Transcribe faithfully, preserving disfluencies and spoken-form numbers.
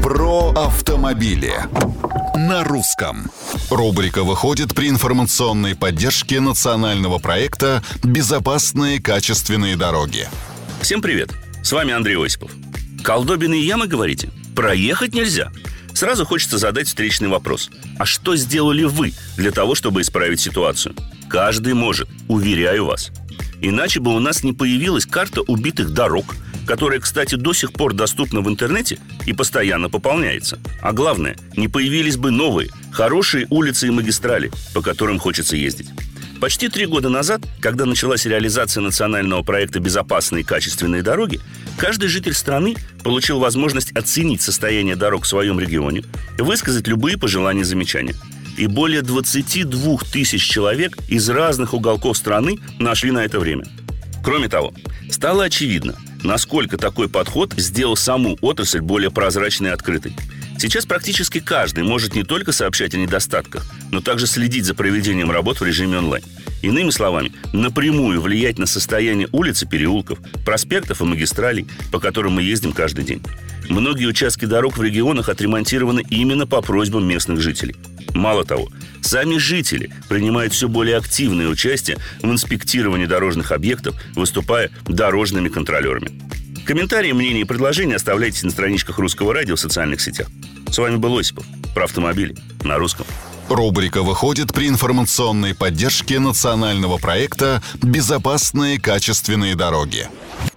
Про автомобили на русском. Рубрика выходит при информационной поддержке национального проекта «Безопасные качественные дороги». Всем привет, с вами Андрей Осипов. Колдобины и ямы, говорите? Проехать нельзя? Сразу хочется задать встречный вопрос. А что сделали вы для того, чтобы исправить ситуацию? Каждый может, уверяю вас. Иначе бы у нас не появилась карта убитых дорог, которая, кстати, до сих пор доступна в интернете и постоянно пополняется. А главное, не появились бы новые, хорошие улицы и магистрали, по которым хочется ездить. Почти три года назад, когда началась реализация национального проекта «Безопасные качественные дороги», каждый житель страны получил возможность оценить состояние дорог в своем регионе, высказать любые пожелания и замечания. И более двадцати двух тысяч человек из разных уголков страны нашли на это время. Кроме того, стало очевидно, насколько такой подход сделал саму отрасль более прозрачной и открытой. Сейчас практически каждый может не только сообщать о недостатках, но также следить за проведением работ в режиме онлайн. Иными словами, напрямую влиять на состояние улиц и переулков, проспектов и магистралей, по которым мы ездим каждый день. Многие участки дорог в регионах отремонтированы именно по просьбам местных жителей. Мало того, сами жители принимают все более активное участие в инспектировании дорожных объектов, выступая дорожными контролерами. Комментарии, мнения и предложения оставляйте на страничках Русского радио в социальных сетях. С вами был Осипов. Про автомобили на русском. Рубрика выходит при информационной поддержке национального проекта «Безопасные качественные дороги».